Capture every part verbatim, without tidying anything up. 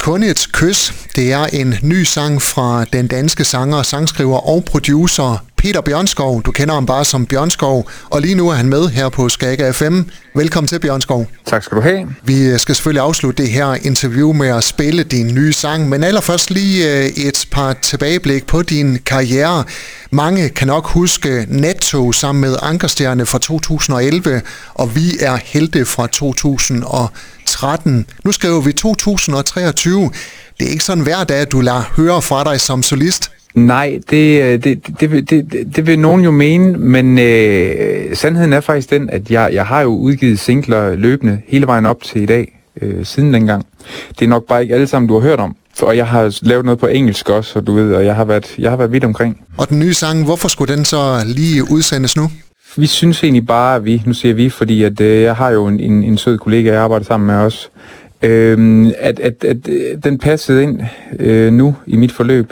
Kun et kys. Det er en ny sang fra den danske sanger, sangskriver og producer Peter Bjørnskov. Du kender ham bare som Bjørnskov, og lige nu er han med her på Skaga F M. Velkommen til, Bjørnskov. Tak skal du have. Vi skal selvfølgelig afslutte det her interview med at spille din nye sang, men allerførst lige et par tilbageblik på din karriere. Mange kan nok huske Nattog sammen med Ankerstjerne fra to tusind og elleve, og Vi er helte fra to tusind og tretten. Nu skriver vi to tusind og treogtyve. Det er ikke sådan hver dag, at du lader høre fra dig som solist. Nej, det, det, det, det, det vil nogen jo mene, men øh, sandheden er faktisk den, at jeg, jeg har jo udgivet singler løbende hele vejen op til i dag, øh, siden dengang. Det er nok bare ikke alle sammen, du har hørt om. Og jeg har lavet noget på engelsk også, og du ved, og jeg har været, jeg har været vidt omkring. Og den nye sang, hvorfor skulle den så lige udsendes nu? Vi synes egentlig bare, at vi, nu siger vi, fordi at, øh, jeg har jo en, en, en sød kollega, jeg arbejder sammen med også, øh, at, at, at den passede ind øh, nu i mit forløb.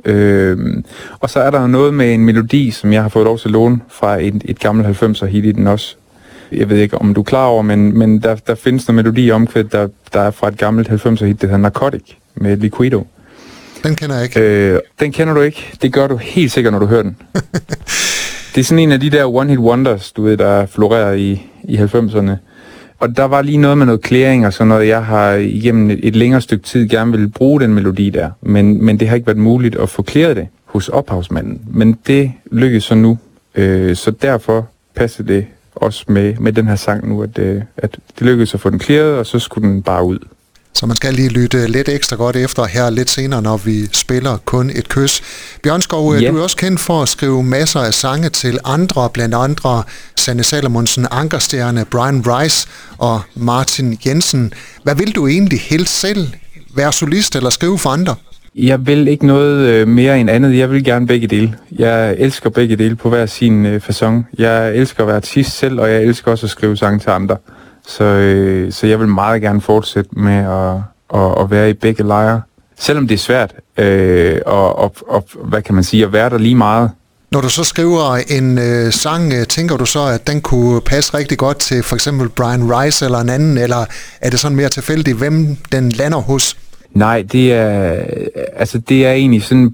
Øh, og så er der noget med en melodi, som jeg har fået lov til at låne fra et, et gammelt halvfemser hit i den også. Jeg ved ikke, om du er klar over, men, men der, der findes noget melodi omkvædt, der, der er fra et gammelt halvfemser hit, det hedder Narcotic med Liquido. Den kender jeg ikke. Øh, den kender du ikke. Det gør du helt sikkert, når du hører den. Det er sådan en af de der one-hit wonders, du ved, der florerer i, i halvfemserne. Og der var lige noget med noget clearing og sådan noget. Jeg har igennem et, et længere stykke tid gerne ville bruge den melodi der. Men, men det har ikke været muligt at få clearet det hos ophavsmanden. Men det lykkedes så nu. Øh, så derfor passer det også med, med den her sang nu, at, øh, at det lykkedes at få den clearet, og så skulle den bare ud. Så man skal lige lytte lidt ekstra godt efter her lidt senere, når vi spiller Kun et kys. Bjørnskov, ja. Du er også kendt for at skrive masser af sange til andre, blandt andre Sanne Salomonsen, Ankerstjerne, Brian Rice og Martin Jensen. Hvad vil du egentlig helst selv? Være solist eller skrive for andre? Jeg vil ikke noget mere end andet. Jeg vil gerne begge dele. Jeg elsker begge dele på hver sin øh, facon. Jeg elsker at være artist selv, og jeg elsker også at skrive sange til andre. Så, øh, så jeg vil meget gerne fortsætte med at, at, at være i begge lejre. Selvom det er svært, øh, og, og, og hvad kan man sige, at være der lige meget. Når du så skriver en øh, sang, øh, tænker du så, at den kunne passe rigtig godt til for eksempel Brian Rice eller en anden, eller er det sådan mere tilfældigt, hvem den lander hos? Nej, det er, altså det er egentlig sådan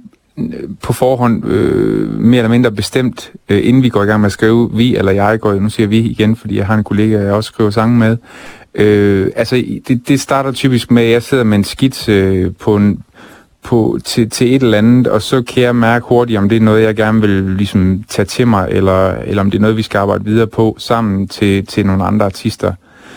på forhånd øh, mere eller mindre bestemt, øh, inden vi går i gang med at skrive, vi eller jeg går, nu siger vi igen, fordi jeg har en kollega, jeg også skriver sange med. Øh, altså det, det starter typisk med, at jeg sidder med en skitse øh, på en, på, til, til et eller andet, og så kan jeg mærke hurtigt, om det er noget, jeg gerne vil ligesom tage til mig, eller, eller om det er noget, vi skal arbejde videre på sammen til, til nogle andre artister.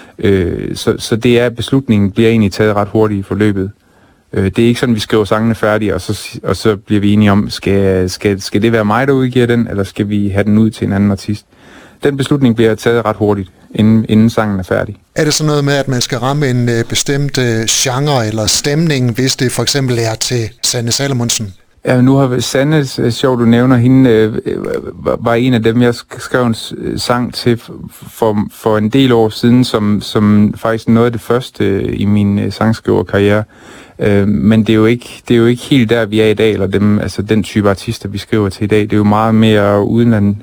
Øh, så, så det er, beslutningen bliver egentlig taget ret hurtigt i forløbet. Det er ikke sådan, vi skriver sangene færdige, og så, og så bliver vi enige om, skal, skal, skal det være mig, der udgiver den, eller skal vi have den ud til en anden artist? Den beslutning bliver taget ret hurtigt, inden, inden sangen er færdig. Er det sådan noget med, at man skal ramme en øh, bestemt øh, genre eller stemning, hvis det for eksempel er til Sanne Salomonsen? Ja, nu har Sanne, sjovt du nævner, hende øh, var en af dem, jeg skrev en sang til for, for en del år siden, som, som faktisk noget af det første øh, i min øh, sangskriverkarriere. Øh, men det er, jo ikke, det er jo ikke helt der, vi er i dag, eller dem, altså den type artister, vi skriver til i dag. Det er jo meget mere udenland,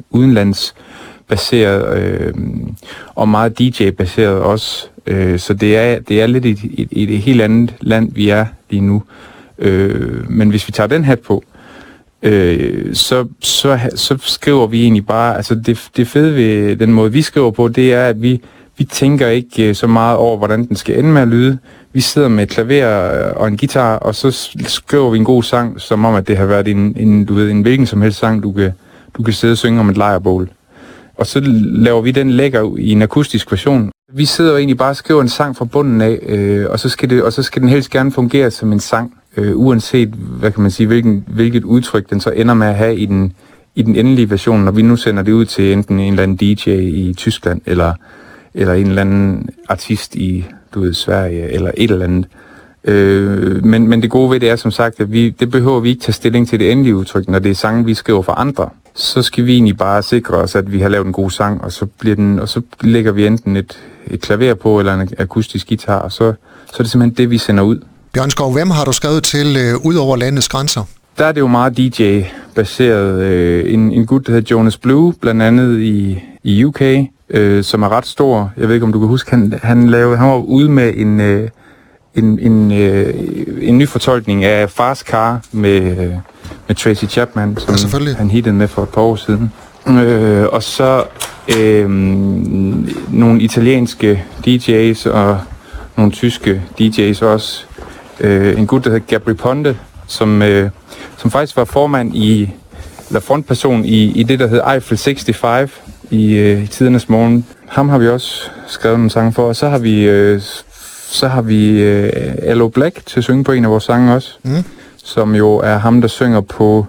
udenlandsbaseret øh, og meget D J-baseret også. Øh, så det er, det er lidt i et, et, et helt andet land, vi er lige nu. Øh, men hvis vi tager den hat på, øh, så, så, så skriver vi egentlig bare, altså det, det fede ved den måde, vi skriver på, det er, at vi, vi tænker ikke så meget over, hvordan den skal ende med at lyde. Vi sidder med et klaver og en guitar, og så skriver vi en god sang, som om, at det har været en, en, du ved, en hvilken som helst sang, du kan, du kan sidde og synge om et lejrbål. Og så laver vi den lækker i en akustisk version. Vi sidder jo egentlig bare og skriver en sang fra bunden af, øh, og, så skal det, og så skal den helst gerne fungere som en sang, øh, uanset hvad kan man sige, hvilken, hvilket udtryk den så ender med at have i den, i den endelige version, når vi nu sender det ud til enten en eller anden D J i Tyskland, eller, eller en eller anden artist i, du ved, Sverige, eller et eller andet. Øh, men, men det gode ved det er som sagt, at vi, det behøver vi ikke tage stilling til det endelige udtryk, når det er sange, vi skriver for andre. Så skal vi egentlig bare sikre os, at vi har lavet en god sang, og så, bliver den, og så lægger vi enten et, et klaver på, eller en akustisk guitar, og så, så er det simpelthen det, vi sender ud. Bjørnskov, hvem har du skrevet til øh, ud over landets grænser? Der er det jo meget D J-baseret. Øh, en, en gut, der hedder Jonas Blue, blandt andet i, i U K, øh, som er ret stor. Jeg ved ikke, om du kan huske, han, han, lavede, han var ude med en, øh, en, en, øh, en ny fortolkning af Fast Car med, øh, med Tracy Chapman, som ja, han hittede med for et par år siden. Øh, og så øh, nogle italienske D J's og nogle tyske D J's også. Øh, en gut, der hedder Gabri Ponte, som, øh, som faktisk var formand i, eller frontperson i, i det, der hedder Eiffel seksoghalvfems i, øh, i tidernes morgen. Ham har vi også skrevet nogle sange for, og så har vi, øh, så har vi øh, Aloe Black til at synge på en af vores sange også, mm. som jo er ham, der synger på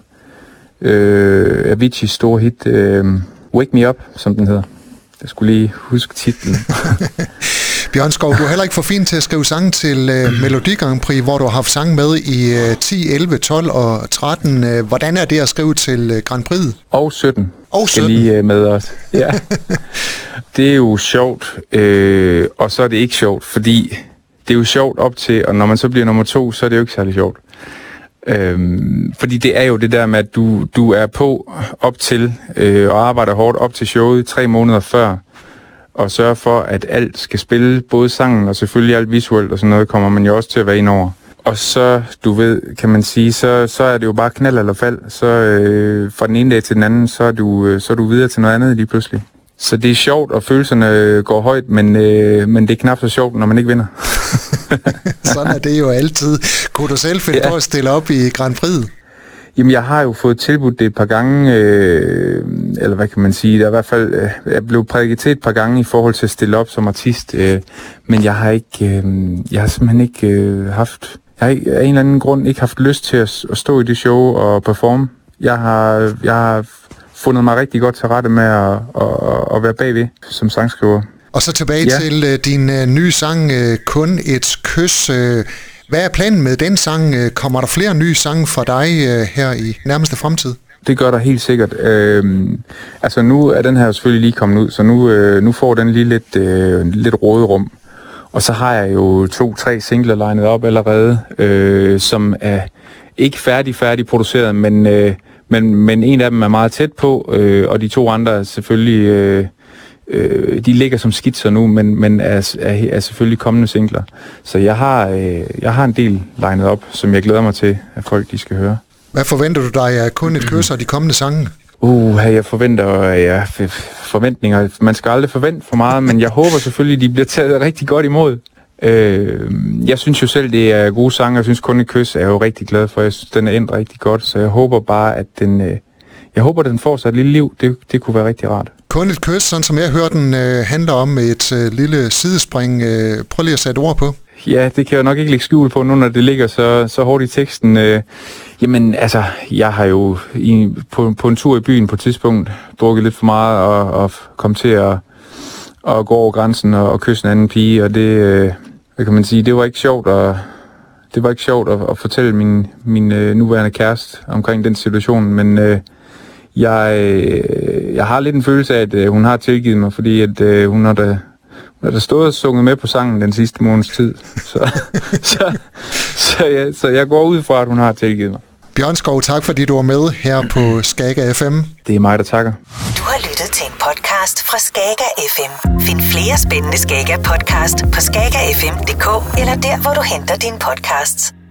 øh, Aviciis store hit øh, Wake Me Up, som den hedder. Jeg skulle lige huske titlen. Bjørn Skov, du er heller ikke for fin til at skrive sange til uh, Melodi Grand Prix, hvor du har haft sange med i uh, ti, elleve, tolv og tretten. Uh, hvordan er det at skrive til uh, Grand Prix? Og sytten. Og sytten. Skal lige uh, med os. Ja. Det er jo sjovt, øh, og så er det ikke sjovt, fordi det er jo sjovt op til, og når man så bliver nummer to, så er det jo ikke særlig sjovt. Øhm, fordi det er jo det der med, at du, du er på op til, øh, og arbejder hårdt op til showet tre måneder før, og sørger for, at alt skal spille, både sangen og selvfølgelig alt visuelt og sådan noget, kommer man jo også til at være ind over. Og så, du ved, kan man sige, så, så er det jo bare knald eller fald. Så øh, fra den ene dag til den anden, så er, du, øh, så er du videre til noget andet lige pludselig. Så det er sjovt, og følelserne går højt, men, øh, men det er knap så sjovt, når man ikke vinder. Sådan er det jo altid. Kunne du selv finde ja. på at stille op i Grand Prix? Jamen, jeg har jo fået tilbudt det et par gange, øh, eller hvad kan man sige, der er i hvert fald, øh, jeg blev prædiket til et par gange i forhold til at stille op som artist, øh, men jeg har ikke, øh, jeg har simpelthen ikke øh, haft, jeg har ikke, af en eller anden grund ikke haft lyst til at, at stå i det show og performe. Jeg har, jeg har fundet mig rigtig godt til rette med at, at, at være bagved som sangskriver. Og så tilbage ja. til uh, din uh, nye sang, uh, Kun et kys. Uh, hvad er planen med den sang? Uh, kommer der flere nye sange fra dig uh, her i nærmeste fremtid? Det gør der helt sikkert. Øhm, altså nu er den her selvfølgelig lige kommet ud, så nu, øh, nu får den lige lidt, øh, lidt råderum. Og så har jeg jo to-tre singler legnet op allerede, øh, som er ikke færdig, færdig produceret, men, øh, men, men en af dem er meget tæt på, øh, og de to andre er selvfølgelig, øh, øh, de ligger som skitser nu, men, men er, er, er selvfølgelig kommende singler. Så jeg har, øh, jeg har en del legnet op, som jeg glæder mig til, at folk de skal høre. Hvad forventer du dig af Kun et kys og de kommende sange? Uh, jeg forventer ja, forventninger. Man skal aldrig forvente for meget, men jeg håber selvfølgelig, de bliver taget rigtig godt imod. Øh, jeg synes jo selv, det er gode sange. Jeg synes, Kun et kys er jeg jo rigtig glad for. Jeg synes, den er endt rigtig godt, så jeg håber bare, at den, øh, jeg håber, den får sig et lille liv. Det, det kunne være rigtig rart. Kun et kys, sådan som jeg hører den, øh, handler om et øh, lille sidespring. Øh, prøv lige at sætte ord på. Ja, det kan jeg nok ikke lægge skjul på nu, når det ligger så, så hårdt i teksten. Øh, jamen, altså, jeg har jo i, på, på en tur i byen på et tidspunkt drukket lidt for meget og, og kom til at, at gå over grænsen og, og kysse en anden pige, og det, øh, hvad kan man sige, det var ikke sjovt at, det var ikke sjovt at, at fortælle min, min øh, nuværende kæreste omkring den situation, men øh, jeg, øh, jeg har lidt en følelse af, at øh, hun har tilgivet mig, fordi at øh, hun har da Jeg har stået og sunget med på sangen den sidste måneds tid, så, så, så, jeg, så jeg går ud fra, at hun har tilgivet mig. Bjørn Skov, tak fordi du var med her på Skaga F M. Det er mig, der takker. Du har lyttet til en podcast fra Skaga F M. Find flere spændende Skaga podcast på skaga f m punktum d k eller der, hvor du henter dine podcasts.